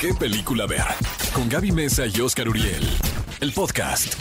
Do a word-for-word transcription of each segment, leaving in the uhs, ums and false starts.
¿Qué película ver? Con Gaby Mesa y Oscar Uriel. El podcast.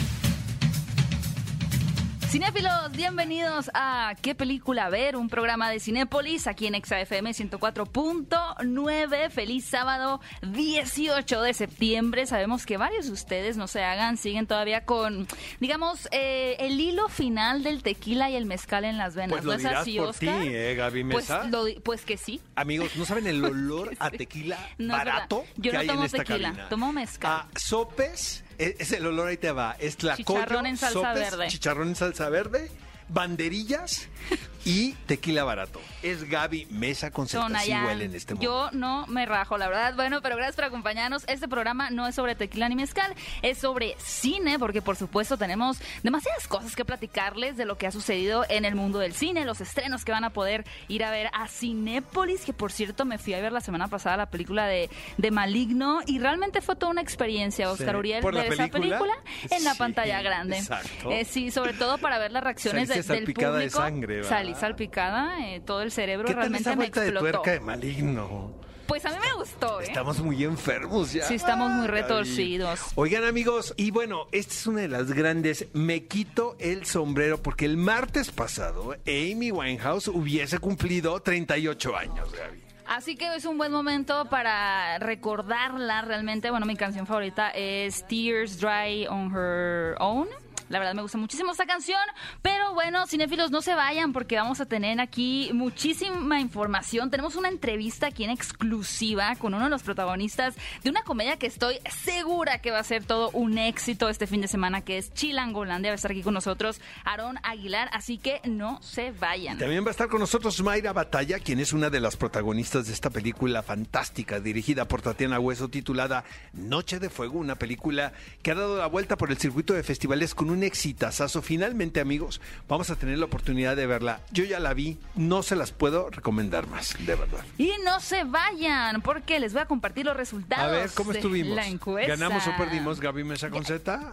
Cinéfilos, bienvenidos a ¿Qué película ver? Un programa de Cinépolis aquí en Exa F M ciento cuatro punto nueve. Feliz sábado dieciocho de septiembre. Sabemos que varios de ustedes, no se hagan, siguen todavía con, digamos, eh, el hilo final del tequila y el mezcal en las venas. Pues lo ¿No es dirás así, por Oscar? ti, ¿eh, Gaby Pues, Mesa? lo, pues que sí. Amigos, ¿no saben el olor a tequila No, es barato verdad. Yo que no hay tomo en esta tequila, cabina? tomo mezcal. A sopes, es, es el olor, ahí te va. Es tlacoyo, Chicharrón en salsa sopes, verde. chicharrón en salsa verde, banderillas y tequila barato. Es Gaby Mesa con Z, así Tonayán. huele en este momento. Yo no me rajo, la verdad. Bueno, pero gracias por acompañarnos. Este programa no es sobre tequila ni mezcal, es sobre cine, porque por supuesto tenemos demasiadas cosas que platicarles de lo que ha sucedido en el mundo del cine, los estrenos que van a poder ir a ver a Cinépolis, que por cierto me fui a ver la semana pasada la película de, de Maligno y realmente fue toda una experiencia, Oscar Sí. Uriel, ¿Por la ver esa película? película en la Sí, pantalla grande. exacto. Eh, sí, sobre todo para ver las reacciones de, Saliste del salpicada de público. sangre, ¿verdad? Salí salpicada, eh, todo el cerebro ¿Qué tal realmente esa me vuelta de explotó. tuerca de Maligno? Pues a mí me gustó, ¿eh? Estamos muy enfermos ya. Sí, estamos muy Gaby. retorcidos. Oigan, amigos, y bueno, esta es una de las grandes. Me quito el sombrero porque el martes pasado Amy Winehouse hubiese cumplido treinta y ocho años, Gaby. Así que es un buen momento para recordarla realmente. Bueno, mi canción favorita es Tears Dry on Her Own. La verdad me gusta muchísimo esta canción, pero bueno, cinéfilos, no se vayan porque vamos a tener aquí muchísima información. Tenemos una entrevista aquí en exclusiva con uno de los protagonistas de una comedia que estoy segura que va a ser todo un éxito este fin de semana, que es Chilangolandia. Va a estar aquí con nosotros Aarón Aguilar, así que no se vayan. También va a estar con nosotros Mayra Batalla, quien es una de las protagonistas de esta película fantástica dirigida por Tatiana Hueso titulada Noche de Fuego, una película que ha dado la vuelta por el circuito de festivales con un exitazazo. Finalmente, amigos, vamos a tener la oportunidad de verla. Yo ya la vi, no se las puedo recomendar más, de verdad. Y no se vayan, porque les voy a compartir los resultados. A ver, ¿cómo de estuvimos? La encuesta. ¿Ganamos o perdimos, Gaby Mesa con Z?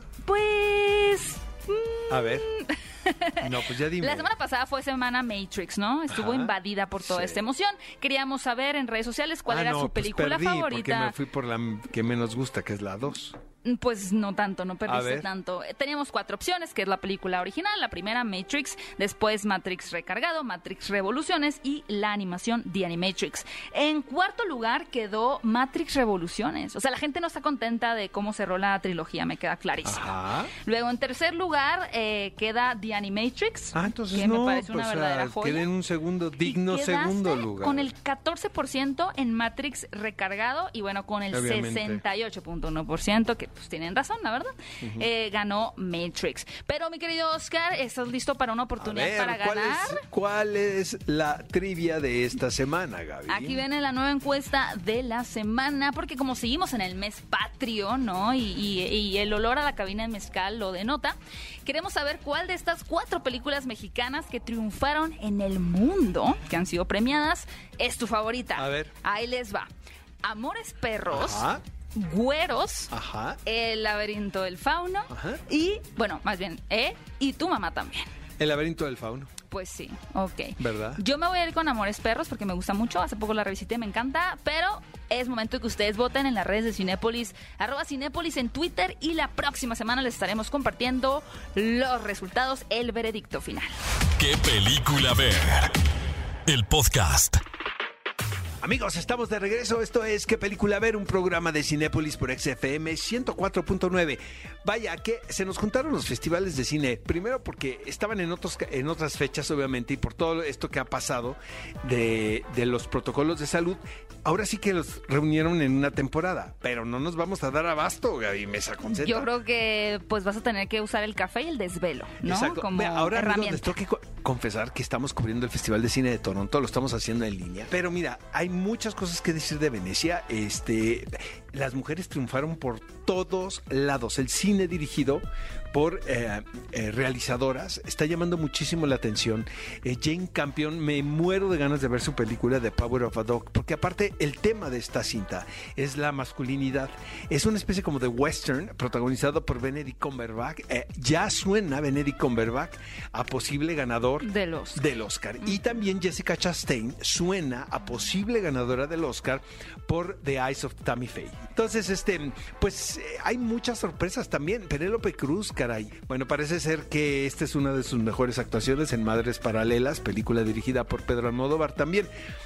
Pues... mm, A ver. No, pues ya dime. La semana pasada fue semana Matrix, ¿no? Estuvo Ajá, invadida por toda sí. esta emoción. Queríamos saber en redes sociales cuál Ah, era no, su pues película perdí, favorita. porque me fui por la que menos gusta, que es la dos. Pues no tanto, no A perdiste ver. tanto. Eh, Teníamos cuatro opciones, que es la película original, la primera Matrix, después Matrix Recargado, Matrix Revoluciones y la animación The Animatrix. En cuarto lugar quedó Matrix Revoluciones. O sea, la gente no está contenta de cómo cerró la trilogía, me queda clarísimo. Ajá. Luego en tercer lugar eh, queda The Animatrix, Ah, entonces que no, me parece una pues, verdadera ah, joya. quedé en un segundo, Y digno quedaste segundo lugar. con el catorce por ciento en Matrix Recargado y bueno, con el Obviamente. sesenta y ocho punto uno por ciento, que pues tienen razón, la verdad, eh, ganó Matrix. Pero mi querido Oscar, ¿estás listo para una A oportunidad ver, para ¿cuál ganar? es, ¿cuál es la trivia de esta semana, Gaby? Aquí viene la nueva encuesta de la semana, porque como seguimos en el mes patrio, ¿no? Y, y- y el olor a la cabina de mezcal lo denota, queremos saber cuál de estas cuatro películas mexicanas que triunfaron en el mundo, que han sido premiadas, es tu favorita. A ver. Ahí les va. Amores Perros, Ajá, Güeros, ajá. El laberinto del fauno Ajá. y, bueno, más bien, ¿eh? Y tu mamá también. El laberinto del fauno. Pues sí, ok. ¿Verdad? Yo me voy a ir con Amores Perros porque me gusta mucho. Hace poco la revisité, me encanta. Pero es momento de que ustedes voten en las redes de Cinépolis, arroba Cinépolis en Twitter. Y la próxima semana les estaremos compartiendo los resultados, el veredicto final. ¿Qué película ver? El podcast. Amigos, estamos de regreso. Esto es ¿Qué película ver? Un programa de Cinépolis por X F M ciento cuatro punto nueve. Vaya, que se nos juntaron los festivales de cine. Primero porque estaban en otros en otras fechas, obviamente, y por todo esto que ha pasado de, de los protocolos de salud. Ahora sí que los reunieron en una temporada, pero no nos vamos a dar abasto, Gaby Mesa con Z. Yo creo que pues vas a tener que usar el café y el desvelo, ¿no? Exacto. Como Ve, ahora, amigos, herramienta. les tengo que co- confesar que estamos cubriendo el Festival de Cine de Toronto, lo estamos haciendo en línea. Pero mira, hay muchas cosas que decir de Venecia. Este, las mujeres triunfaron por todos lados. El cine dirigido por eh, eh, realizadoras está llamando muchísimo la atención. Eh, Jane Campion, me muero de ganas de ver su película The Power of a Dog, porque aparte el tema de esta cinta es la masculinidad. Es una especie como de western protagonizado por Benedict Cumberbatch. Eh, ya suena Benedict Cumberbatch a posible ganador Del Oscar. del Oscar. Y también Jessica Chastain suena a posible ganadora del Oscar por The Eyes of Tammy Faye. Entonces, este, pues eh, hay muchas sorpresas también. Penélope Cruz, caray. Bueno, parece ser que esta es una de sus mejores actuaciones en Madres Paralelas, película dirigida por Pedro Almodóvar también.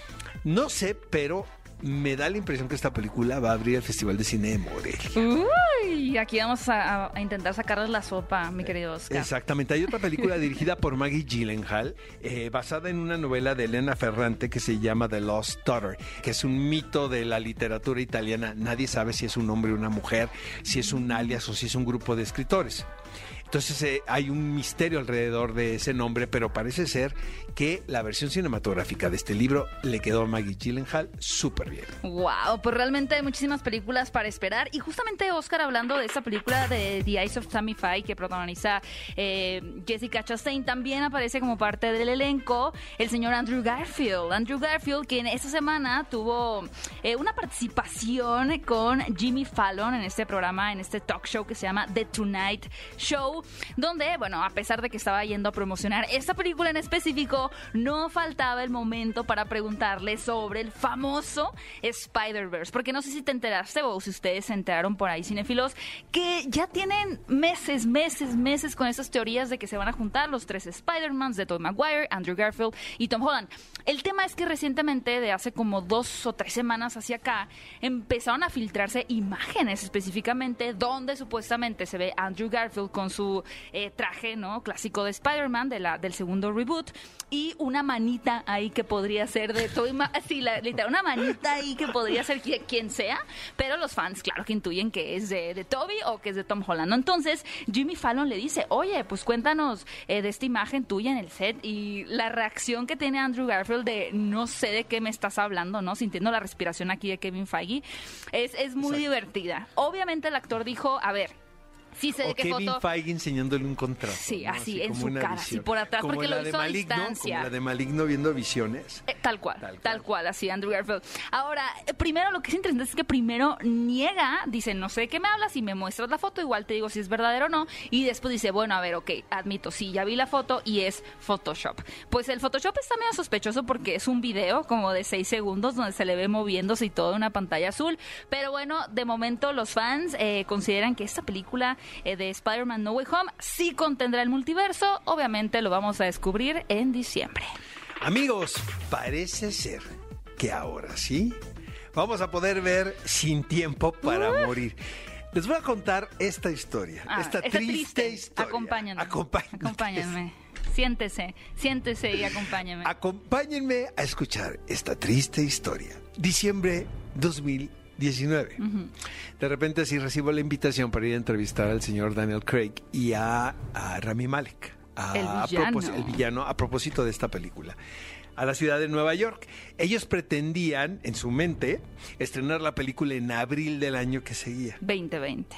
No sé, pero me da la impresión que esta película va a abrir el Festival de Cine de Morelia. Uy, aquí vamos a, a intentar sacarles la sopa, mi querido Oscar. Exactamente. Hay otra película dirigida por Maggie Gyllenhaal, eh, basada en una novela de Elena Ferrante que se llama The Lost Daughter, que es un mito de la literatura italiana. Nadie sabe si es un hombre o una mujer, si es un alias o si es un grupo de escritores. Entonces eh, hay un misterio alrededor de ese nombre, pero parece ser que la versión cinematográfica de este libro le quedó a Maggie Gyllenhaal súper bien. Wow, pues realmente hay muchísimas películas para esperar. Y justamente, Oscar, hablando de esta película de The Eyes of Tammy Faye que protagoniza eh, Jessica Chastain, también aparece como parte del elenco el señor Andrew Garfield. Andrew Garfield, quien esta semana tuvo eh, una participación con Jimmy Fallon en este programa, en este talk show que se llama The Tonight Show, donde, bueno, a pesar de que estaba yendo a promocionar esta película en específico, no faltaba el momento para preguntarle sobre el famoso Spider-Verse, porque no sé si te enteraste o si ustedes se enteraron por ahí, cinéfilos, que ya tienen meses, meses, meses con esas teorías de que se van a juntar los tres Spider-Mans de Tobey Maguire, Andrew Garfield y Tom Holland. El tema es que recientemente, de hace como dos o tres semanas hacia acá, empezaron a filtrarse imágenes específicamente donde supuestamente se ve Andrew Garfield con su eh, traje, ¿no?, clásico de Spider-Man de la, del segundo reboot, y una manita ahí que podría ser de Tobey Maguire, sí, la, literal, una manita ahí que podría ser quien, quien sea, pero los fans, claro, que intuyen que es de, de Tobey o que es de Tom Holland, ¿no? Entonces, Jimmy Fallon le dice, oye, pues cuéntanos eh, de esta imagen tuya en el set, y la reacción que tiene Andrew Garfield de no sé de qué me estás hablando, ¿no?, sintiendo la respiración aquí de Kevin Feige, es, es muy Exacto. divertida. Obviamente el actor dijo, a ver, sí sé o de qué Kevin foto. Feige enseñándole un contrato. Sí, ¿no? así, así en su cara, visión. así por atrás, como porque la lo de hizo Maligno, a distancia. Como la de Maligno viendo visiones. Eh, tal cual, tal tal cual, cual, tal cual, así, Andrew Garfield. Ahora, eh, primero lo que es interesante es que primero niega, dice, no sé de qué me hablas, y me muestras la foto, igual te digo si es verdadero o no, y después dice, bueno, a ver, ok, admito, sí, ya vi la foto y es Photoshop. Pues el Photoshop está medio sospechoso porque es un video como de seis segundos donde se le ve moviéndose y todo en una pantalla azul, pero bueno, de momento los fans eh, consideran que esta película eh, de Spider-Man No Way Home sí contendrá el multiverso. Obviamente lo vamos a descubrir en diciembre. Amigos, parece ser que ahora sí vamos a poder ver Sin Tiempo para uh. Morir. Les voy a contar esta historia, ah, esta triste, triste historia. Acompáñenme. Acompáñenme. Acompáñenme. Siéntese, siéntese y acompáñenme. Acompáñenme a escuchar esta triste historia. Diciembre dos mil diecinueve. Uh-huh. De repente así recibo la invitación para ir a entrevistar al señor Daniel Craig y a, a Rami Malek, a, el villano. A el villano, a propósito de esta película, a la ciudad de Nueva York. Ellos pretendían, en su mente, estrenar la película en abril del año que seguía. veinte veinte.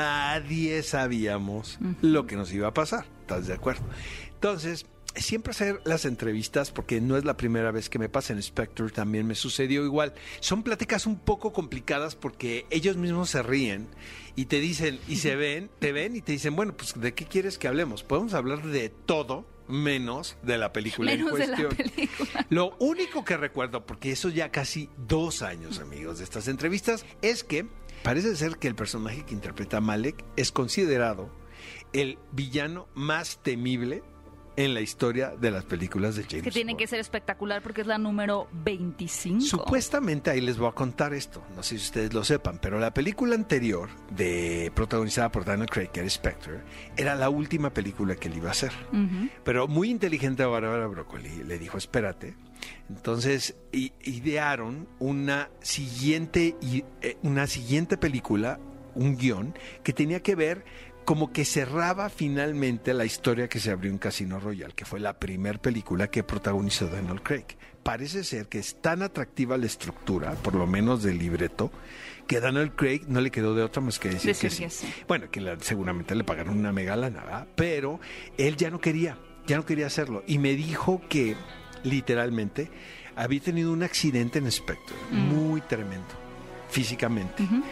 Nadie sabíamos uh-huh. lo que nos iba a pasar. ¿Estás de acuerdo? Entonces, siempre hacer las entrevistas, porque no es la primera vez que me pasa, en Spectre también me sucedió igual. Son pláticas un poco complicadas porque ellos mismos se ríen y te dicen, y se ven, te ven y te dicen, bueno, pues ¿de qué quieres que hablemos? Podemos hablar de todo menos de la película menos en cuestión. De la película. Lo único que recuerdo, porque eso ya casi dos años, amigos, de estas entrevistas, es que parece ser que el personaje que interpreta a Malek es considerado el villano más temible en la historia de las películas de James Que tiene Bond. que ser espectacular porque es la número veinticinco. Supuestamente, ahí les voy a contar esto, no sé si ustedes lo sepan, pero la película anterior, de protagonizada por Daniel Craig, que era Spectre, era la última película que él iba a hacer. Uh-huh. Pero muy inteligente Bárbara Broccoli le dijo, espérate. Entonces i- idearon una siguiente, i- eh, una siguiente película, un guión, que tenía que ver como que cerraba finalmente la historia que se abrió en Casino Royale, que fue la primer película que protagonizó Daniel Craig. Parece ser que es tan atractiva la estructura, por lo menos del libreto, que a Daniel Craig no le quedó de otra más que decir, decir que, sí. que sí. Bueno, que la, seguramente le pagaron una mega lana, ¿verdad? Pero él ya no quería, ya no quería hacerlo. Y me dijo que, literalmente, había tenido un accidente en Spectre, mm. muy tremendo, físicamente. Uh-huh.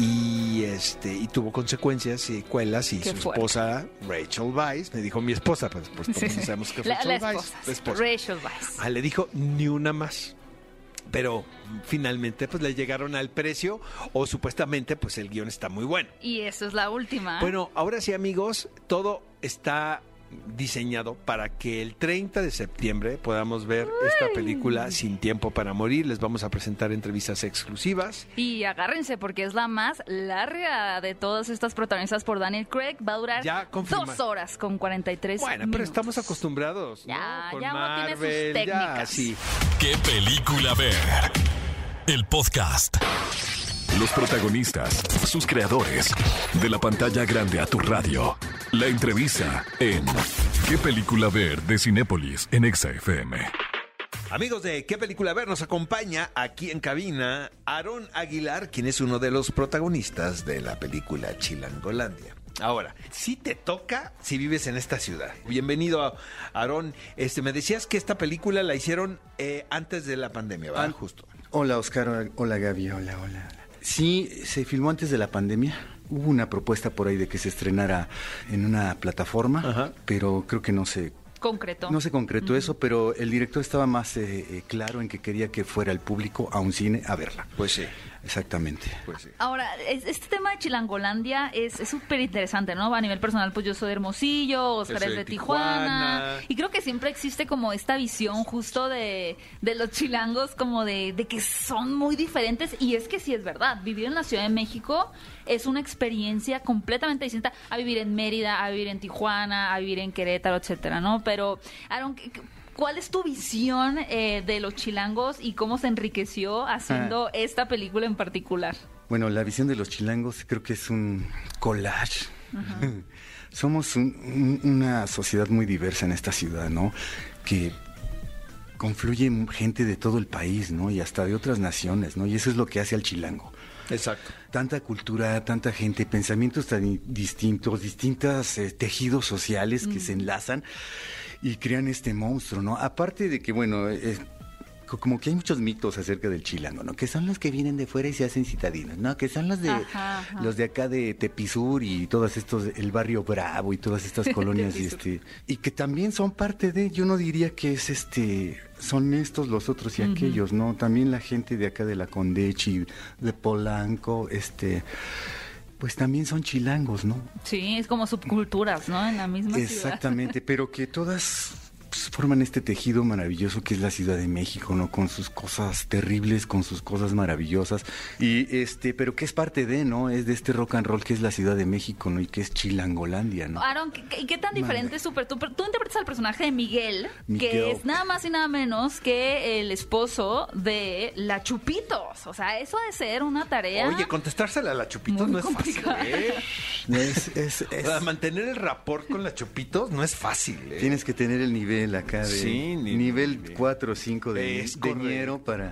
Y este y tuvo consecuencias, secuelas, y Qué su fuerte. esposa, Rachel Weisz, me dijo mi esposa, pues, pues todos sabemos que es la, Rachel la Weisz. esposa, La esposa. Rachel Weisz. Ah, le dijo ni una más. pero finalmente pues le llegaron al precio o supuestamente pues el guión está muy bueno. Y eso es la última. Bueno, ahora sí, amigos, todo está diseñado para que el treinta de septiembre podamos ver Uy. esta película Sin Tiempo para Morir. Les vamos a presentar entrevistas exclusivas. Y agárrense porque es la más larga de todas estas protagonizadas por Daniel Craig. Va a durar ya dos horas con cuarenta y tres Bueno, minutos. pero estamos acostumbrados, ¿no? Ya, Con ya uno Marvel, tiene sus técnicas. Ya, sí. ¿Qué película ver? El podcast. Los protagonistas, sus creadores, de la pantalla grande a tu radio. La entrevista en ¿Qué película ver? De Cinépolis en Exa F M. Amigos de ¿Qué película ver? Nos acompaña aquí en cabina Aarón Aguilar, quien es uno de los protagonistas de la película Chilangolandia. Ahora, si te toca si vives en esta ciudad. Bienvenido, Aarón. Este, me decías que esta película la hicieron eh, antes de la pandemia, ¿verdad? Ah, justo. Hola, Oscar. Hola, Gaby. Hola, hola. Sí, se filmó antes de la pandemia. Hubo una propuesta por ahí de que se estrenara en una plataforma, Ajá. pero creo que no se concretó. No se concretó uh-huh. eso, pero el director estaba más eh, eh, claro en que quería que fuera el público a un cine a verla. Pues sí. Exactamente. Pues sí. Ahora, este tema de Chilangolandia es súper interesante, ¿no? A nivel personal, pues yo soy de Hermosillo, Oscar es de Tijuana, Tijuana. Y creo que siempre existe como esta visión justo de, de los chilangos, como de, de que son muy diferentes. Y es que sí es verdad, vivir en la Ciudad de México es una experiencia completamente distinta a vivir en Mérida, a vivir en Tijuana, a vivir en Querétaro, etcétera, ¿no? Pero, Aaron, ¿cuál es tu visión eh, de los chilangos y cómo se enriqueció haciendo ah. esta película en particular? Bueno, la visión de los chilangos creo que es un collage. Uh-huh. Somos un, un, una sociedad muy diversa en esta ciudad, ¿no? Que confluye gente de todo el país, ¿no? Y hasta de otras naciones, ¿no? Y eso es lo que hace al chilango. Exacto. Tanta cultura, tanta gente, pensamientos tan distintos, distintos eh, tejidos sociales mm. que se enlazan y crean este monstruo, ¿no? Aparte de que, bueno, eh, como que hay muchos mitos acerca del chilango, ¿no? Que son los que vienen de fuera y se hacen citadinos, ¿no? Que son los de ajá, ajá. los de acá de Tepisur y todos estos, el barrio Bravo y todas estas colonias, y este, y que también son parte de, yo no diría que es este, son estos los otros y uh-huh. aquellos, ¿no? También la gente de acá de la Condechi, de Polanco, este... pues también son chilangos, ¿no? Sí, es como subculturas, ¿no? En la misma ciudad. Exactamente, pero que todas pues, forman este tejido maravilloso que es la Ciudad de México, ¿no? Con sus cosas terribles, con sus cosas maravillosas, y este, pero que es parte de, ¿no? Es de este rock and roll que es la Ciudad de México, ¿no? Y que es Chilangolandia, ¿no? Aaron, ¿y qué tan diferente es super tú? Tú interpretas al personaje de Miguel, Miguel, que es nada más y nada menos que el esposo de la Chupitos. O sea, eso de ser una tarea. Oye, contestársela a la Chupitos no es complicado. fácil, ¿eh? Es, es, es... O sea, mantener el rapport con la Chupitos no es fácil, ¿eh? Tienes que tener el nivel acá de sí, nivel cuatro o cinco de, de ñero para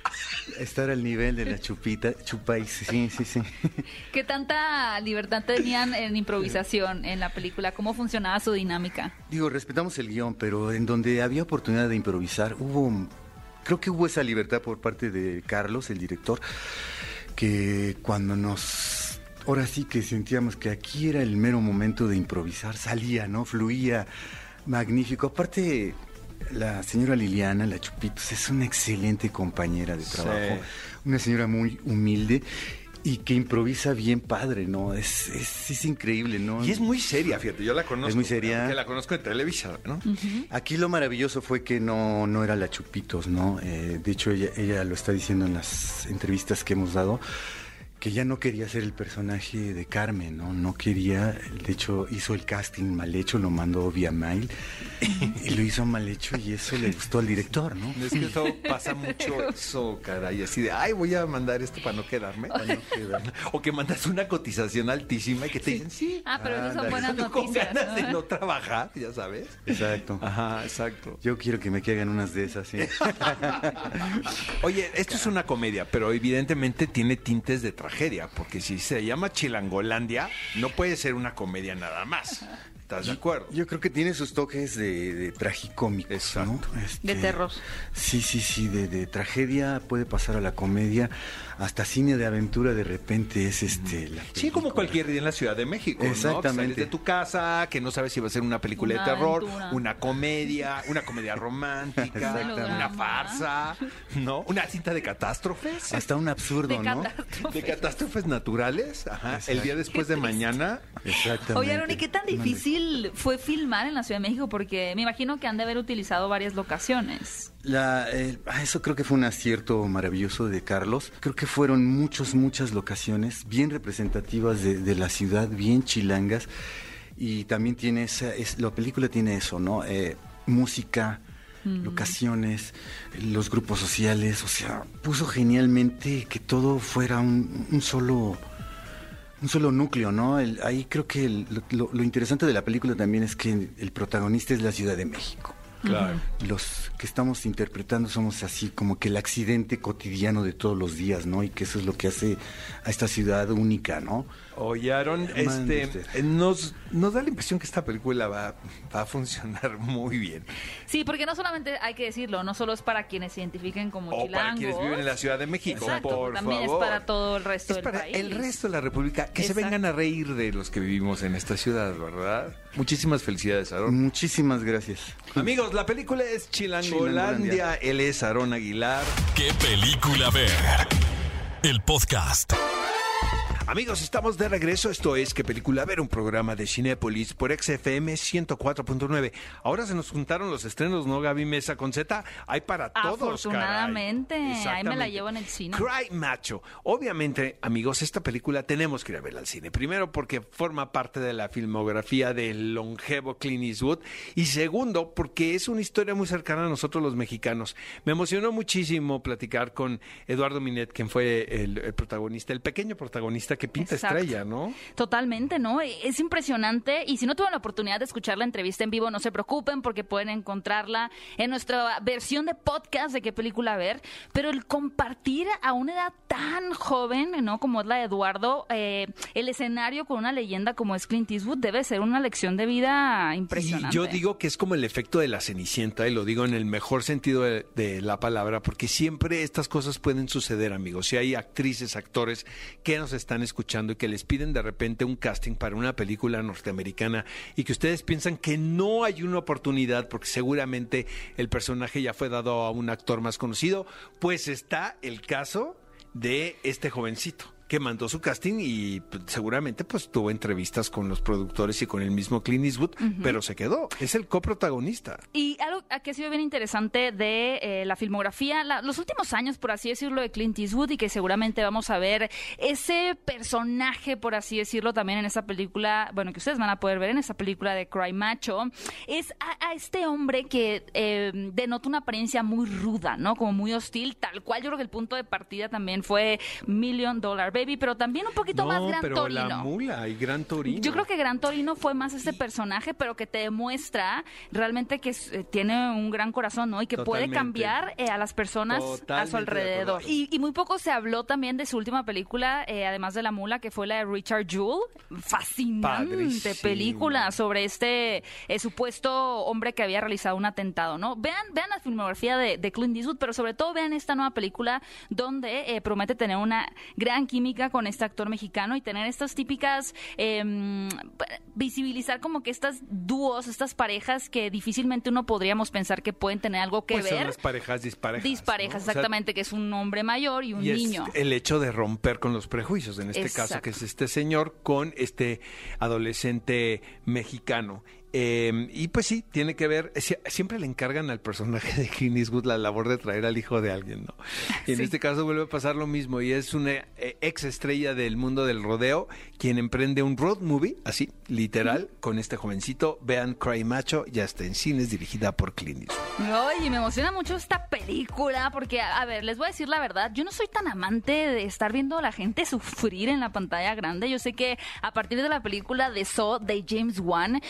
estar al nivel de la chupita, chupais, sí, sí, sí. ¿Qué tanta libertad tenían en improvisación en la película? ¿Cómo funcionaba su dinámica? Digo, respetamos el guión, pero en donde había oportunidad de improvisar, hubo, creo que hubo esa libertad por parte de Carlos, el director, que cuando nos... ahora sí que sentíamos que aquí era el mero momento de improvisar, salía, ¿no? Fluía magnífico. Aparte, la señora Liliana, la Chupitos, es una excelente compañera de trabajo. Sí. Una señora muy humilde y que improvisa bien padre, ¿no? Es, es, es increíble, ¿no? Y es muy seria, fíjate, yo la conozco. Es muy seria. Que la conozco de Televisa, ¿no? Uh-huh. Aquí lo maravilloso fue que no, no era la Chupitos, ¿no? Eh, de hecho, ella, ella lo está diciendo en las entrevistas que hemos dado, que ya no quería ser el personaje de Carmen, ¿no? No quería, de hecho hizo el casting mal hecho, lo mandó vía mail y lo hizo mal hecho y eso le gustó al director, ¿no? Es que eso pasa mucho, eso, caray, así de, ay, voy a mandar esto para no quedarme. Para no quedarme. O que mandas una cotización altísima y que te sí. dicen, sí. Ah, pero esas son buenas noticias, con ganas ¿no? de no trabajar, ya sabes. Exacto. Ajá, exacto. Yo quiero que me caigan unas de esas, sí. Oye, esto es una comedia, pero evidentemente tiene tintes de tragedia, porque si se llama Chilangolandia, no puede ser una comedia nada más. ¿Estás de acuerdo? Yo creo que tiene sus toques de, de tragicómicos, exacto, ¿no? Este, de terror. Sí, sí, sí, de, de tragedia puede pasar a la comedia. hasta cine de aventura de repente es este la Sí, como cualquier día en la Ciudad de México, ¿no? Exactamente. Sales de tu casa, que no sabes si va a ser una película Una de terror, aventura. una comedia, una comedia romántica, Exactamente. una farsa, ¿no? Una cinta de catástrofes. hasta un absurdo, De ¿no? catástrofe. De catástrofes naturales, ajá, Exacto. el día después Qué de triste. mañana. Exactamente. Oye, Aaron, ¿y qué tan difícil fue filmar en la Ciudad de México? Porque me imagino que han de haber utilizado varias locaciones. La, eh, ah, eso creo que fue un acierto maravilloso de Carlos. Creo que fueron muchas, muchas locaciones bien representativas de, de la ciudad, bien chilangas. Y también tiene esa, es, la película tiene eso, ¿no? Eh, música, mm. locaciones, los grupos sociales. O sea, puso genialmente que todo fuera un, un solo... Un solo núcleo, ¿no? El, ahí creo que el, lo, lo interesante de la película también es que el protagonista es la Ciudad de México. Claro. Los que estamos interpretando somos así como que el accidente cotidiano de todos los días, ¿no? Y que eso es lo que hace a esta ciudad única, ¿no? Oye, Aaron, Mande este, usted. nos, nos da la impresión que esta película va, va a funcionar muy bien. Sí, porque no solamente hay que decirlo, no solo es para quienes se identifiquen como O chilangos. para quienes viven en la Ciudad de México, Exacto, por también favor. es para todo el resto Es del para país. el resto de la República, que Exacto. se vengan a reír de los que vivimos en esta ciudad, ¿verdad? Muchísimas felicidades, Aaron. Muchísimas gracias. Amigos, la película es Chilangolandia. Chilangolandia. Él es Aarón Aguilar. ¿Qué película ver? El podcast. Amigos, estamos de regreso. Esto es ¿Qué película ver? Un programa de Cinépolis por X F M ciento cuatro punto nueve. Ahora se nos juntaron los estrenos, ¿no, Gaby Mesa con Z? Hay para todos, Afortunadamente. caray. Ahí me la Exactamente. llevo en el cine. Cry Macho. Obviamente, amigos, esta película tenemos que ir a verla al cine. Primero, porque forma parte de la filmografía del longevo Clint Eastwood. Y segundo, porque es una historia muy cercana a nosotros los mexicanos. Me emocionó muchísimo platicar con Eduardo Minet, quien fue el, el protagonista, el pequeño protagonista que pinta Exacto. estrella, ¿no? Totalmente, ¿no? Es impresionante. Y si no tuvieron la oportunidad de escuchar la entrevista en vivo, no se preocupen porque pueden encontrarla en nuestra versión de podcast de Qué película ver. Pero el compartir a una edad tan joven, ¿no? Como es la de Eduardo, eh, el escenario con una leyenda como es Clint Eastwood debe ser una lección de vida impresionante. Y yo digo que es como el efecto de la Cenicienta, y lo digo en el mejor sentido de, de la palabra, porque siempre estas cosas pueden suceder, amigos. Si hay actrices, actores que nos están escuchando y que les piden de repente un casting para una película norteamericana y que ustedes piensan que no hay una oportunidad porque seguramente el personaje ya fue dado a un actor más conocido, pues está el caso de este jovencito que mandó su casting y pues, seguramente pues tuvo entrevistas con los productores y con el mismo Clint Eastwood, uh-huh. pero se quedó. Es el coprotagonista. Y algo que ha sido bien interesante de eh, la filmografía, la, los últimos años, por así decirlo, de Clint Eastwood, y que seguramente vamos a ver ese personaje, por así decirlo, también en esa película, bueno, que ustedes van a poder ver en esa película de Cry Macho, es a, a este hombre que eh, denota una apariencia muy ruda, ¿no? Como muy hostil, tal cual. Yo creo que el punto de partida también fue Million Dollar Baby, pero también un poquito no, más Gran pero Torino. La Mula y Gran Torino. Yo creo que Gran Torino fue más este personaje, pero que te demuestra realmente que eh, tiene un gran corazón, ¿no? Y que Totalmente. puede cambiar eh, a las personas Totalmente a su alrededor. Y, y muy poco se habló también de su última película, eh, además de La Mula, que fue la de Richard Jewell. Fascinante Padrísimo. película sobre este eh, supuesto hombre que había realizado un atentado, ¿no? Vean, vean la filmografía de, de Clint Eastwood, pero sobre todo vean esta nueva película donde eh, promete tener una gran química con este actor mexicano y tener estas típicas, eh, visibilizar como que estas dúos, estas parejas que difícilmente uno podríamos pensar que pueden tener algo que pues ver. son las parejas disparejas. Disparejas, ¿no? exactamente, o sea, que es un hombre mayor y un y niño. Es el hecho de romper con los prejuicios, en este Exacto. caso, que es este señor con este adolescente mexicano. Eh, y pues sí, tiene que ver, siempre le encargan al personaje de Clint Eastwood la labor de traer al hijo de alguien, ¿no? Y en Sí. este caso vuelve a pasar lo mismo, y es una eh, ex estrella del mundo del rodeo quien emprende un road movie, así, literal, uh-huh. con este jovencito. Vean Cry Macho, ya está en cines, dirigida por Clint Eastwood. Oye, me emociona mucho esta película porque, a ver, les voy a decir la verdad, yo no soy tan amante de estar viendo a la gente sufrir en la pantalla grande. Yo sé que a partir de la película de Saw de James Wan, muchos de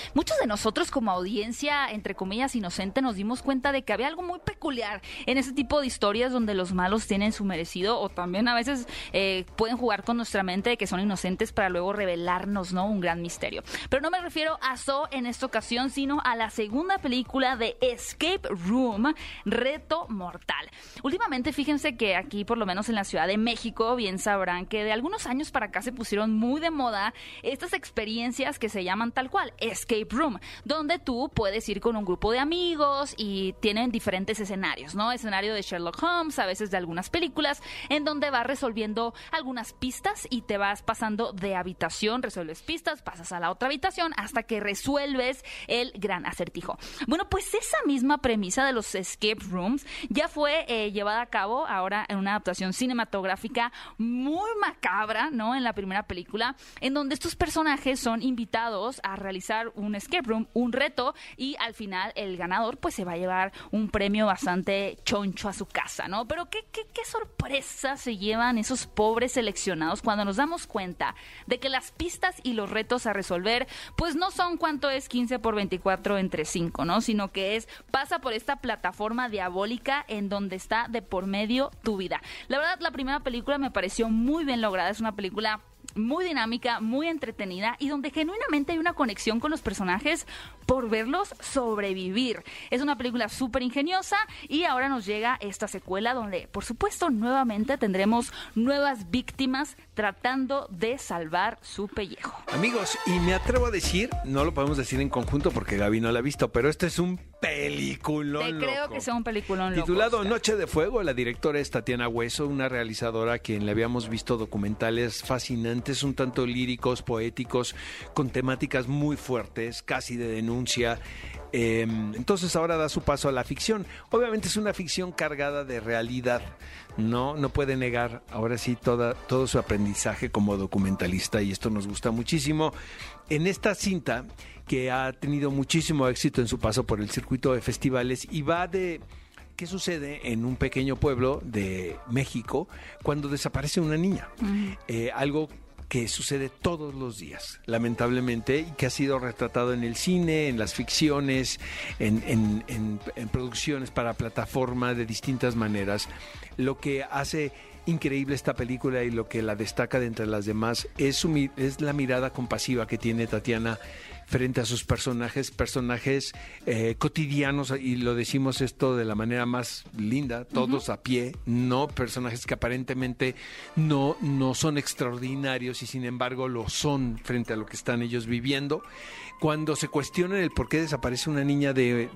nosotros como audiencia, entre comillas, inocente, nos dimos cuenta de que había algo muy peculiar en ese tipo de historias donde los malos tienen su merecido, o también a veces eh, pueden jugar con nuestra mente de que son inocentes para luego revelarnos, ¿no?, un gran misterio. Pero no me refiero a Saw en esta ocasión, sino a la segunda película de Escape Room, Reto Mortal. Últimamente, fíjense que aquí, por lo menos en la Ciudad de México, bien sabrán que de algunos años para acá se pusieron muy de moda estas experiencias que se llaman tal cual Escape Room, donde tú puedes ir con un grupo de amigos y tienen diferentes escenarios, ¿no? Escenario de Sherlock Holmes, a veces de algunas películas, en donde vas resolviendo algunas pistas y te vas pasando de habitación, resuelves pistas, pasas a la otra habitación hasta que resuelves el gran acertijo. Bueno, pues esa misma premisa de los escape rooms ya fue eh, llevada a cabo ahora en una adaptación cinematográfica muy macabra, ¿no?, en la primera película, en donde estos personajes son invitados a realizar un escape room, un reto, y al final el ganador pues se va a llevar un premio bastante choncho a su casa, ¿no? Pero qué, qué, qué sorpresa se llevan esos pobres seleccionados cuando nos damos cuenta de que las pistas y los retos a resolver pues no son cuánto es quince por veinticuatro entre cinco, ¿no? Sino que es, pasa por esta plataforma diabólica en donde está de por medio tu vida. La verdad, la primera película me pareció muy bien lograda, es una película muy dinámica, muy entretenida y donde genuinamente hay una conexión con los personajes por verlos sobrevivir. Es una película súper ingeniosa y ahora nos llega esta secuela donde, por supuesto, nuevamente tendremos nuevas víctimas tratando de salvar su pellejo. Amigos, y me atrevo a decir, no lo podemos decir en conjunto porque Gaby no la ha visto, pero este es un peliculón Te creo loco. que sea un peliculón loco. Titulado Noche de Fuego, la directora es Tatiana Hueso, una realizadora a quien le habíamos visto documentales fascinantes, un tanto líricos, poéticos, con temáticas muy fuertes, casi de denuncia. Eh, entonces ahora da su paso a la ficción. Obviamente es una ficción cargada de realidad. No, no puede negar ahora sí toda, todo su aprendizaje como documentalista, y esto nos gusta muchísimo. En esta cinta, que ha tenido muchísimo éxito en su paso por el circuito de festivales, y va de qué sucede en un pequeño pueblo de México cuando desaparece una niña. Uh-huh. Eh, algo que sucede todos los días, lamentablemente, y que ha sido retratado en el cine, en las ficciones, en, en, en, en producciones para plataforma de distintas maneras. Lo que hace increíble esta película y lo que la destaca de entre las demás es, su, es la mirada compasiva que tiene Tatiana frente a sus personajes, personajes eh, cotidianos, y lo decimos esto de la manera más linda, todos uh-huh. a pie, no personajes que aparentemente no, no son extraordinarios y sin embargo lo son frente a lo que están ellos viviendo. Cuando se cuestionan el por qué desaparece una niña de,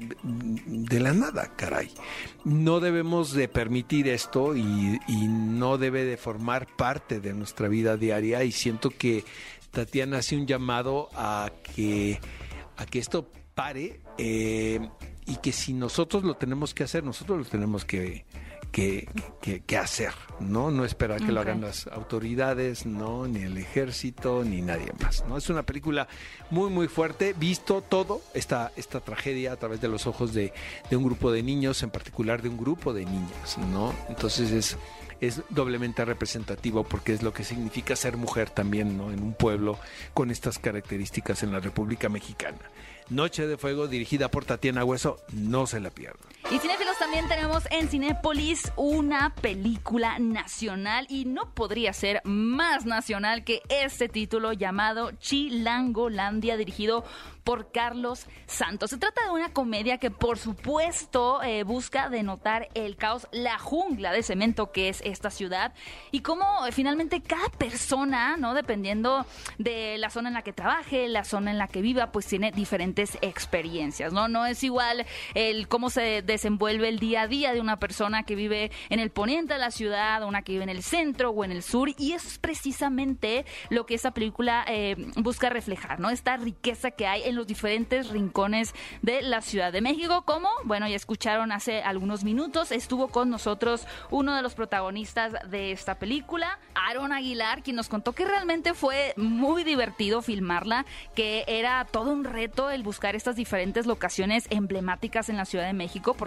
de la nada, caray. No debemos de permitir esto y, y no debe de formar parte de nuestra vida diaria, y siento que Tatiana hace un llamado a que, a que esto pare, eh, y que si nosotros lo tenemos que hacer, nosotros lo tenemos que, que, que, que hacer, ¿no? No esperar que okay. lo hagan las autoridades, no, ni el ejército, ni nadie más, ¿no? Es una película muy, muy fuerte, visto todo esta, esta tragedia a través de los ojos de, de un grupo de niños, en particular de un grupo de niñas, ¿no? Entonces es... es doblemente representativo porque es lo que significa ser mujer también, ¿no?, en un pueblo con estas características en la República Mexicana. Noche de Fuego, dirigida por Tatiana Hueso, no se la pierdan. Y cinéfilos, también tenemos en Cinépolis una película nacional, y no podría ser más nacional que este título llamado Chilangolandia, dirigido por Carlos Santos. Se trata de una comedia que, por supuesto, eh, busca denotar el caos, la jungla de cemento que es esta ciudad, y cómo eh, finalmente cada persona, ¿no?, dependiendo de la zona en la que trabaje, la zona en la que viva, pues tiene diferentes experiencias, ¿no? No es igual el cómo se desenvuelve el día a día de una persona que vive en el poniente de la ciudad, o una que vive en el centro o en el sur, y eso es precisamente lo que esta película eh, busca reflejar, ¿no? Esta riqueza que hay en los diferentes rincones de la Ciudad de México. Como, bueno, ya escucharon hace algunos minutos, estuvo con nosotros uno de los protagonistas de esta película, Aaron Aguilar, quien nos contó que realmente fue muy divertido filmarla, que era todo un reto el buscar estas diferentes locaciones emblemáticas en la Ciudad de México, porque pues al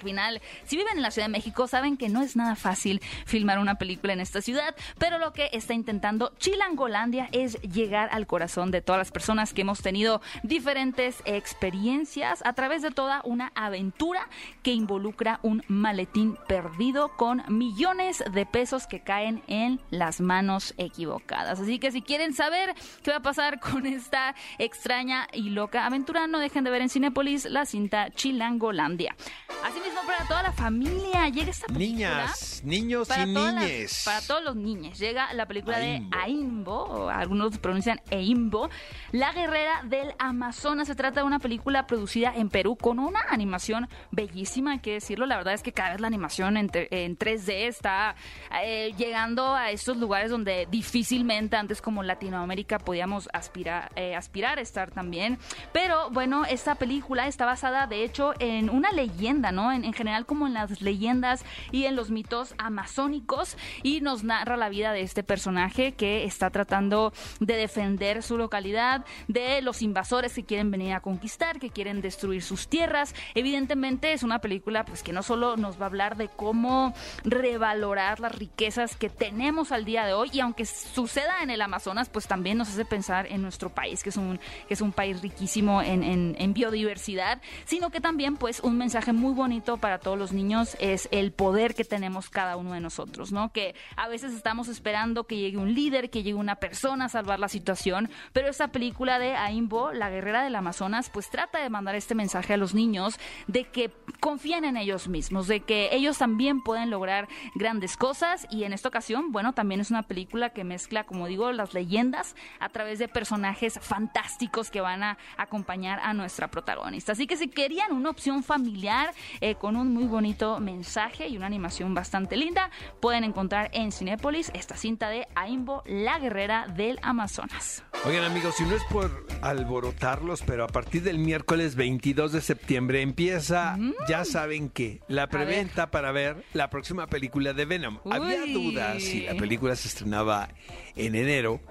final, si viven en la Ciudad de México, saben que no es nada fácil filmar una película en esta ciudad, pero lo que está intentando Chilangolandia es llegar al corazón de todas las personas que hemos tenido diferentes experiencias a través de toda una aventura que involucra un maletín perdido con millones de pesos que caen en las manos equivocadas. Así que si quieren saber qué va a pasar con esta extraña y loca aventura, no dejen de ver en Cinépolis la cinta Chilangolandia. Asimismo, para toda la familia llega esta película. Niñas, niños para y niñes. Las, para todos los niños llega la película Aimbo. de Aimbo, o algunos pronuncian Eimbo, La Guerrera del Amazonas. Se trata de una película producida en Perú con una animación bellísima, hay que decirlo. La verdad es que cada vez la animación en, en tres D está eh, llegando a estos lugares donde difícilmente antes como Latinoamérica podíamos aspirar, eh, aspirar a estar también. Pero bueno, esta película está basada de hecho en una leyenda, ¿no? En, en general como en las leyendas y en los mitos amazónicos, y nos narra la vida de este personaje que está tratando de defender su localidad de los invasores que quieren venir a conquistar, que quieren destruir sus tierras. Evidentemente es una película pues que no solo nos va a hablar de cómo revalorar las riquezas que tenemos al día de hoy, y aunque suceda en el Amazonas, pues también nos hace pensar en nuestro país, que es un, que es un país riquísimo en, en, en biodiversidad, sino que también pues un mensaje muy bonito para todos los niños es el poder que tenemos cada uno de nosotros, ¿no? Que a veces estamos esperando que llegue un líder, que llegue una persona a salvar la situación, pero esta película de Aimbo, La Guerrera del Amazonas, pues trata de mandar este mensaje a los niños de que confíen en ellos mismos, de que ellos también pueden lograr grandes cosas. Y en esta ocasión, bueno, también es una película que mezcla, como digo, las leyendas a través de personajes fantásticos que van a acompañar a nuestra protagonista. Así que si querían una opción familiar eh, con un muy bonito mensaje y una animación bastante linda, pueden encontrar en Cinépolis esta cinta de Aimbo, La Guerrera del Amazonas. Oigan, amigos, si no es por alborotarlos, pero a partir del miércoles veintidós de septiembre empieza, mm. ya saben que, la preventa ver. para ver la próxima película de Venom. Uy. Había dudas si la película se estrenaba en enero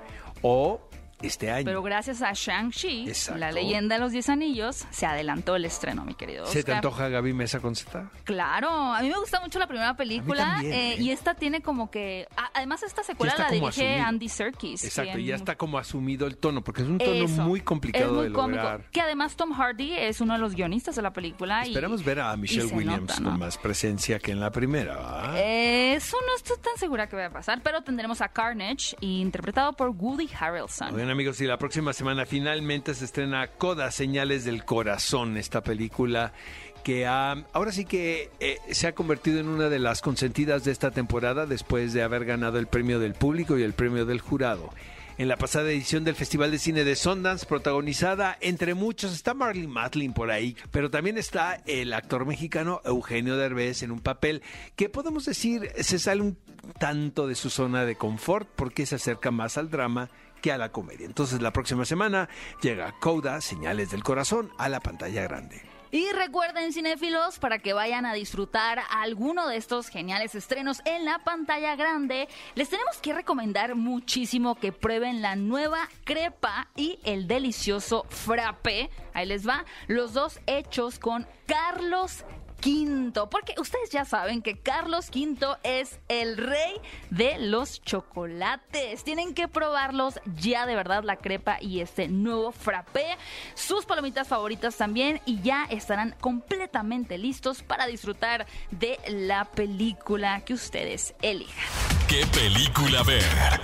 o este año. Pero gracias a Shang-Chi, Exacto. La Leyenda de los Diez Anillos, se adelantó el estreno, mi querido Oscar. ¿Se te antoja Gaby Mesa con Z? Claro, a mí me gusta mucho la primera película. También, eh, ¿eh? Y esta tiene como que... a- Además, esta secuela la dirige asumido. Andy Serkis. Exacto, quien- ya está como asumido el tono, porque es un tono Eso, muy complicado es muy de cómico. lograr. Que además Tom Hardy es uno de los guionistas de la película. y- Esperamos ver a y Michelle se Williams nota, ¿no? con más presencia que en la primera, ¿verdad? Eh, Eso no estoy tan segura que vaya a pasar, pero tendremos a Carnage, interpretado por Woody Harrelson. Bien, amigos, y la próxima semana finalmente se estrena Coda, Señales del Corazón, esta película que ha, ahora sí que eh, se ha convertido en una de las consentidas de esta temporada después de haber ganado el premio del público y el premio del jurado. En la pasada edición del Festival de Cine de Sundance, protagonizada entre muchos, está Marlene Matlin por ahí, pero también está el actor mexicano Eugenio Derbez en un papel que podemos decir se sale un tanto de su zona de confort porque se acerca más al drama que a la comedia. Entonces la próxima semana llega Coda, Señales del Corazón, a la pantalla grande. Y recuerden, cinéfilos, para que vayan a disfrutar alguno de estos geniales estrenos en la pantalla grande, les tenemos que recomendar muchísimo que prueben la nueva crepa y el delicioso frappé. Ahí les va, los dos hechos con Carlos Quinto, porque ustedes ya saben que Carlos Quinto es el rey de los chocolates. Tienen que probarlos ya, de verdad, la crepa y este nuevo frappé, sus palomitas favoritas también, y ya estarán completamente listos para disfrutar de la película que ustedes elijan. ¿Qué película ver?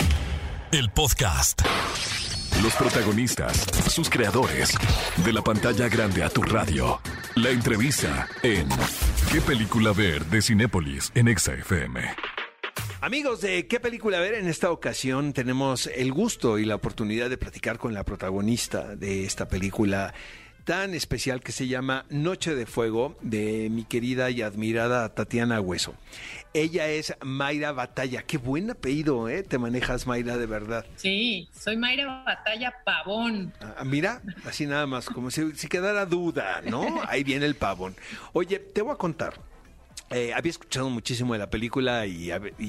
El podcast. Los protagonistas, sus creadores, de la pantalla grande a tu radio. La entrevista en ¿Qué película ver? De Cinépolis en Exa F M. Amigos de ¿Qué película ver? En esta ocasión tenemos el gusto y la oportunidad de platicar con la protagonista de esta película tan especial que se llama Noche de Fuego, de mi querida y admirada Tatiana Hueso. Ella es Mayra Batalla. Qué buen apellido, ¿eh? Te manejas, Mayra, de verdad. Sí, soy Mayra Batalla Pavón. Ah, mira, así nada más, como si, si quedara duda, ¿no? Ahí viene el pavón. Oye, te voy a contar. Eh, había escuchado muchísimo de la película y,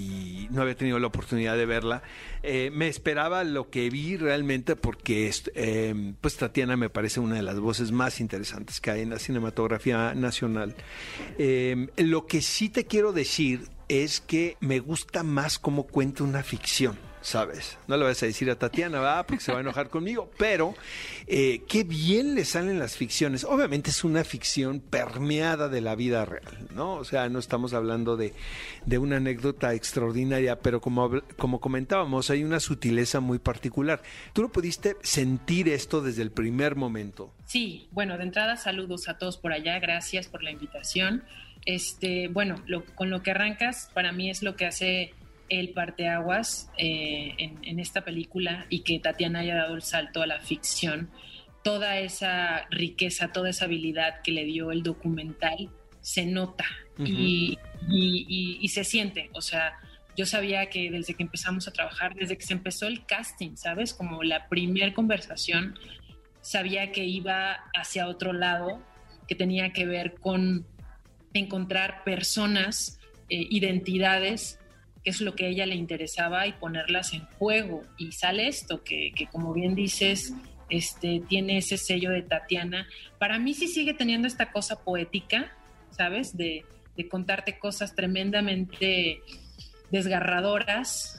y no había tenido la oportunidad de verla. Eh, me esperaba lo que vi realmente porque eh, pues Tatiana me parece una de las voces más interesantes que hay en la cinematografía nacional. Eh, lo que sí te quiero decir es que me gusta más cómo cuenta una ficción, ¿sabes? No le vas a decir a Tatiana, va, porque se va a enojar conmigo, pero eh, qué bien le salen las ficciones. Obviamente es una ficción permeada de la vida real, ¿no? O sea, no estamos hablando de, de una anécdota extraordinaria, pero como, como comentábamos, hay una sutileza muy particular. ¿Tú no pudiste sentir esto desde el primer momento? Sí, bueno, de entrada saludos a todos por allá, gracias por la invitación. Este, bueno, lo, con lo que arrancas, para mí es lo que hace el parteaguas eh, en, en esta película y que Tatiana haya dado el salto a la ficción. Toda esa riqueza, toda esa habilidad que le dio el documental se nota uh-huh. y, y, y, y se siente. O sea, yo sabía que desde que empezamos a trabajar, desde que se empezó el casting, ¿sabes? Como la primer conversación, sabía que iba hacia otro lado, que tenía que ver con encontrar personas, eh, identidades, que es lo que a ella le interesaba, y ponerlas en juego. Y sale esto, que, que como bien dices, este, tiene ese sello de Tatiana. Para mí sí sigue teniendo esta cosa poética, ¿sabes? De, de contarte cosas tremendamente desgarradoras,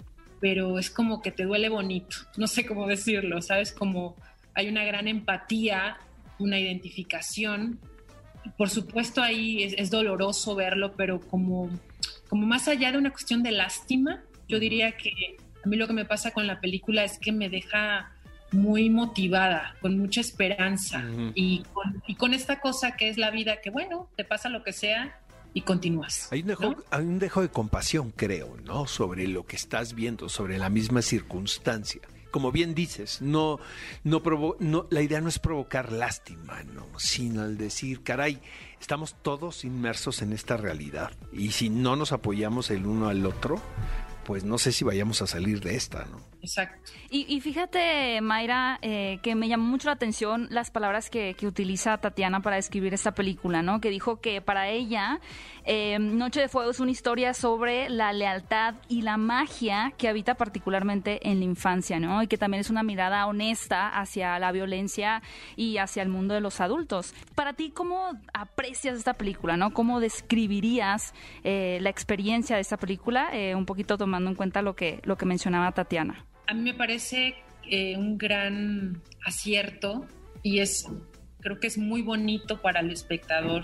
pero es como que te duele bonito. No sé cómo decirlo, ¿sabes? Como hay una gran empatía, una identificación. Por supuesto ahí es, es doloroso verlo, pero como, como más allá de una cuestión de lástima, yo diría que a mí lo que me pasa con la película es que me deja muy motivada, con mucha esperanza uh-huh. y, con, y con esta cosa que es la vida, que bueno, te pasa lo que sea y continúas. Hay un dejo, ¿no? hay un dejo de compasión, creo, ¿no? Sobre lo que estás viendo, sobre la misma circunstancia. Como bien dices, no, no, provo- no, la idea no es provocar lástima, no, sino el decir, caray, estamos todos inmersos en esta realidad y si no nos apoyamos el uno al otro, pues no sé si vayamos a salir de esta, ¿no? Exacto. Y, y fíjate, Mayra, eh, que me llamó mucho la atención las palabras que, que utiliza Tatiana para describir esta película, ¿no? Que dijo que para ella eh, Noche de Fuego es una historia sobre la lealtad y la magia que habita particularmente en la infancia, ¿no? Y que también es una mirada honesta hacia la violencia y hacia el mundo de los adultos. Para ti, ¿cómo aprecias esta película, no? ¿Cómo describirías eh, la experiencia de esta película? Eh, un poquito tomando en cuenta lo que, lo que mencionaba Tatiana. A mí me parece eh, un gran acierto y es, creo que es muy bonito para el espectador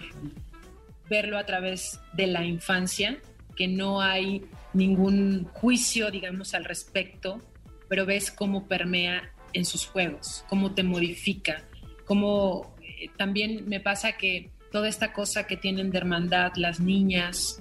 verlo a través de la infancia, que no hay ningún juicio, digamos, al respecto, pero ves cómo permea en sus juegos, cómo te modifica, cómo eh, también me pasa que toda esta cosa que tienen de hermandad las niñas,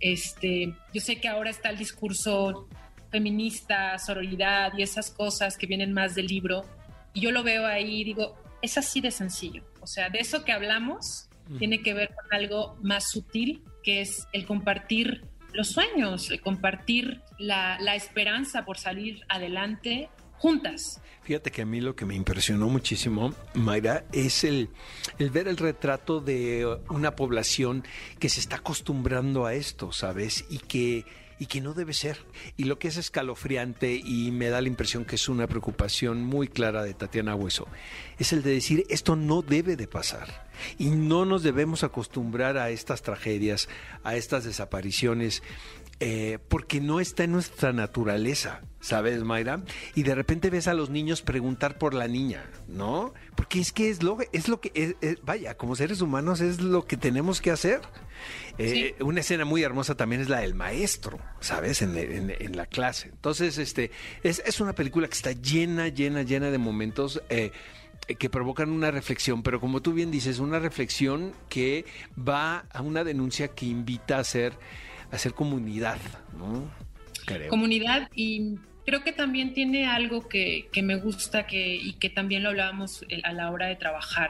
este, yo sé que ahora está el discurso feminista, sororidad y esas cosas que vienen más del libro, y yo lo veo ahí y digo, es así de sencillo. O sea, de eso que hablamos mm. tiene que ver con algo más sutil, que es el compartir los sueños, el compartir la, la esperanza por salir adelante juntas. Fíjate que a mí lo que me impresionó muchísimo, Mayra, es el, el ver el retrato de una población que se está acostumbrando a esto, ¿sabes? Y que y que no debe ser. Y lo que es escalofriante, y me da la impresión que es una preocupación muy clara de Tatiana Hueso, es el de decir, esto no debe de pasar. Y no nos debemos acostumbrar a estas tragedias, a estas desapariciones, eh, porque no está en nuestra naturaleza, ¿sabes, Mayra? Y de repente ves a los niños preguntar por la niña, ¿no? Porque es que es lo, es lo que, es, es, vaya, como seres humanos es lo que tenemos que hacer. Eh, sí. Una escena muy hermosa también es la del maestro, ¿sabes? En, en, en la clase. Entonces, este, es, es una película que está llena, llena, llena de momentos eh, que provocan una reflexión, pero como tú bien dices, una reflexión que va a una denuncia que invita a hacer, a hacer comunidad, ¿no? Creo. Comunidad, y creo que también tiene algo que, que me gusta que, y que también lo hablábamos a la hora de trabajar.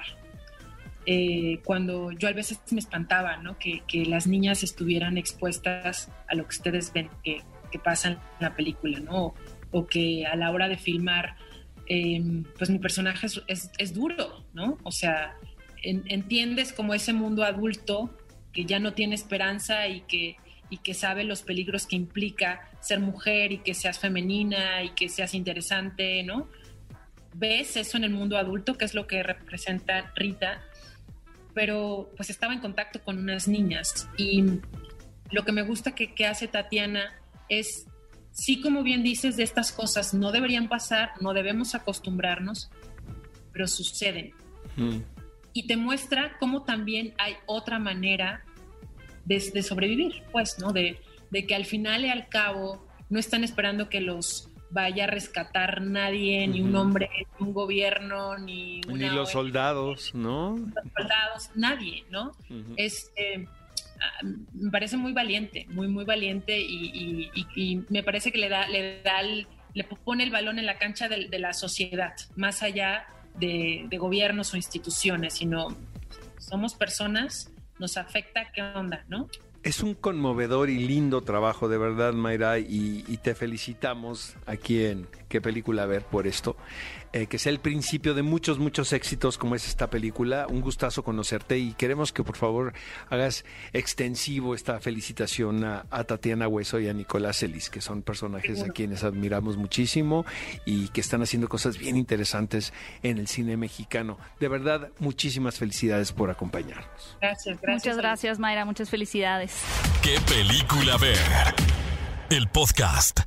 Eh, cuando yo a veces me espantaba, ¿no? que, que las niñas estuvieran expuestas a lo que ustedes ven que, que pasa en la película, ¿no? O, o que a la hora de filmar, eh, pues mi personaje es, es, es duro, ¿no? O sea, en, entiendes como ese mundo adulto que ya no tiene esperanza y que, y que sabe los peligros que implica ser mujer y que seas femenina y que seas interesante, ¿no? Ves eso en el mundo adulto, que es lo que representa Rita, pero pues estaba en contacto con unas niñas y lo que me gusta que, que hace Tatiana es, sí, como bien dices, de estas cosas no deberían pasar, no debemos acostumbrarnos, pero suceden. Mm. Y te muestra cómo también hay otra manera de, de sobrevivir, pues, ¿no? De, de que al final y al cabo no están esperando que los vaya a rescatar nadie, uh-huh. ni un hombre, ni un gobierno, ni una ni los soldados, ¿no? Los soldados, nadie, ¿no? Uh-huh. Es, eh, me parece muy valiente, muy, muy valiente y, y, y me parece que le da, le da, el, le pone el balón en la cancha de, de la sociedad, más allá de, de gobiernos o instituciones, sino somos personas, nos afecta, ¿qué onda, no? Es un conmovedor y lindo trabajo, de verdad, Mayra, y, y te felicitamos aquí en Qué Película Ver por esto. Eh, que sea el principio de muchos, muchos éxitos como es esta película. Un gustazo conocerte y queremos que por favor hagas extensivo esta felicitación a, a Tatiana Hueso y a Nicolás Celis, que son personajes a quienes admiramos muchísimo y que están haciendo cosas bien interesantes en el cine mexicano. De verdad, muchísimas felicidades por acompañarnos. Gracias, gracias. Muchas gracias, Mayra, muchas felicidades. Qué Película Ver, el podcast.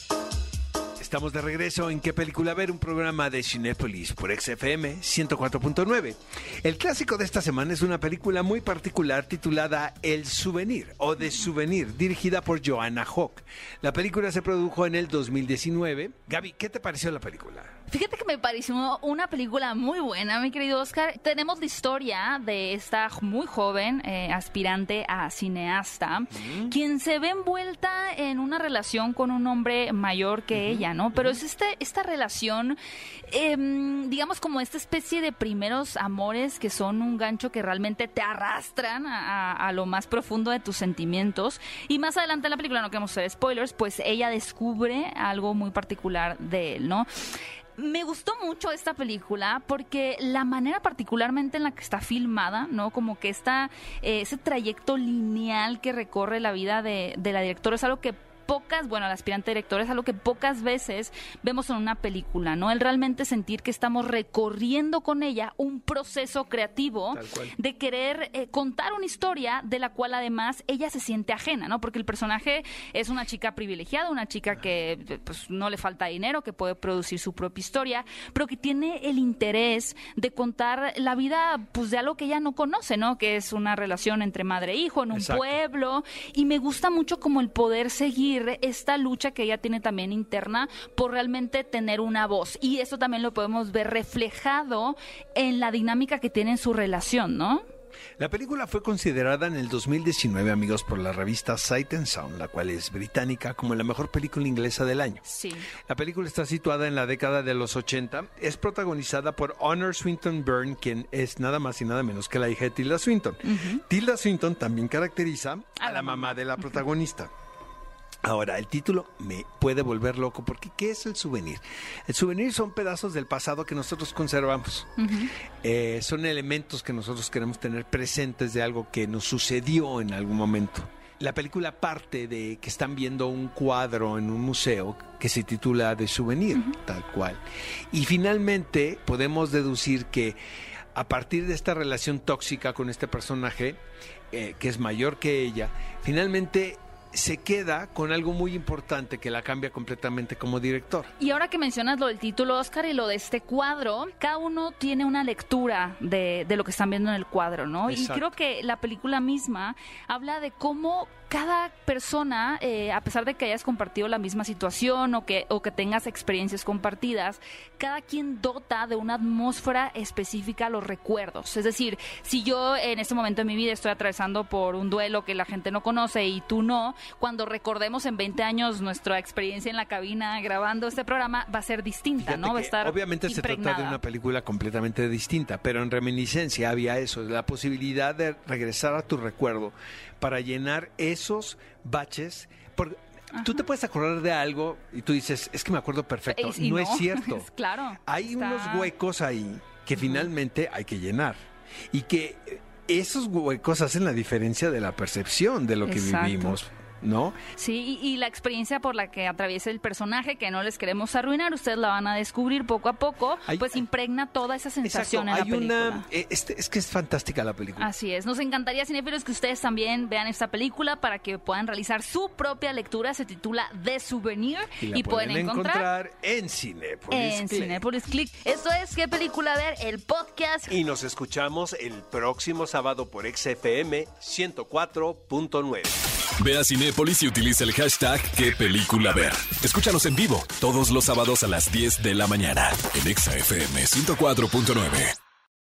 Estamos de regreso en Qué Película Ver, un programa de Cinépolis por X F M ciento cuatro punto nueve. El clásico de esta semana es una película muy particular titulada El Souvenir o The Souvenir, dirigida por Joanna Hawke. La película se produjo en el dos mil diecinueve. Gaby, ¿qué te pareció la película? Fíjate que me pareció una película muy buena, mi querido Oscar. Tenemos la historia de esta muy joven eh, aspirante a cineasta, uh-huh. quien se ve envuelta en una relación con un hombre mayor que uh-huh. ella, ¿no? Pero uh-huh. es este, esta relación, eh, digamos como esta especie de primeros amores que son un gancho que realmente te arrastran a, a, a lo más profundo de tus sentimientos. Y más adelante en la película, no queremos hacer spoilers, pues ella descubre algo muy particular de él, ¿no? Me gustó mucho esta película porque la manera particularmente en la que está filmada, ¿no? Como que esta, eh, ese trayecto lineal que recorre la vida de, de la directora es algo que pocas, bueno, la aspirante directora es algo que pocas veces vemos en una película, ¿no? El realmente sentir que estamos recorriendo con ella un proceso creativo de querer eh, contar una historia de la cual además ella se siente ajena, ¿no? Porque el personaje es una chica privilegiada, una chica que pues no le falta dinero, que puede producir su propia historia, pero que tiene el interés de contar la vida pues de algo que ella no conoce, ¿no? Que es una relación entre madre e hijo en un Exacto. pueblo, y me gusta mucho como el poder seguir esta lucha que ella tiene también interna por realmente tener una voz, y eso también lo podemos ver reflejado en la dinámica que tiene en su relación, ¿no? La película fue considerada en el dos mil diecinueve, amigos, por la revista Sight and Sound, la cual es británica, como la mejor película inglesa del año. Sí. La película está situada en la década de los ochenta, es protagonizada por Honor Swinton Byrne, quien es nada más y nada menos que la hija de Tilda Swinton. Uh-huh. Tilda Swinton también caracteriza a, a la mamá de la protagonista. Uh-huh. Ahora, el título me puede volver loco porque ¿qué es el souvenir? El souvenir son pedazos del pasado que nosotros conservamos. Uh-huh. Eh, son elementos que nosotros queremos tener presentes de algo que nos sucedió en algún momento. La película parte de que están viendo un cuadro en un museo que se titula The Souvenir, uh-huh. tal cual. Y finalmente podemos deducir que a partir de esta relación tóxica con este personaje, eh, que es mayor que ella, finalmente se queda con algo muy importante que la cambia completamente como director. Y ahora que mencionas lo del título, Oscar, y lo de este cuadro, cada uno tiene una lectura de, de lo que están viendo en el cuadro, ¿no? Exacto. Y creo que la película misma habla de cómo cada persona, eh, a pesar de que hayas compartido la misma situación o que, o que tengas experiencias compartidas, cada quien dota de una atmósfera específica a los recuerdos. Es decir, si yo en este momento de mi vida estoy atravesando por un duelo que la gente no conoce y tú no, cuando recordemos en veinte años nuestra experiencia en la cabina grabando este programa va a ser distinta, Fíjate ¿no? Va a estar obviamente impregnada. Se trata de una película completamente distinta, pero en Reminiscencia había eso, la posibilidad de regresar a tu recuerdo para llenar esos baches. Porque tú te puedes acordar de algo y tú dices, es que me acuerdo perfecto. Y, y no, no es cierto. Claro. Hay está... unos huecos ahí que uh-huh. finalmente hay que llenar. Y que esos huecos hacen la diferencia de la percepción de lo que Exacto. vivimos, ¿no? Sí, y, y la experiencia por la que atraviesa el personaje, que no les queremos arruinar, ustedes la van a descubrir poco a poco, Hay- pues impregna toda esa sensación Exacto, en la hay película. una, eh, este, es que es fantástica la película. Así es, nos encantaría, cinéfilos, que ustedes también vean esta película para que puedan realizar su propia lectura. Se titula The Souvenir y la y pueden pueden encontrar, en Cinépolis en Click. Cinépolis Click. Esto es ¿Qué película ver? El podcast. Y nos escuchamos el próximo sábado por X F M ciento cuatro punto nueve. Ve a Cinépolis y utiliza el hashtag qué película ver. Escúchanos en vivo todos los sábados a las diez de la mañana en Exa F M ciento cuatro punto nueve.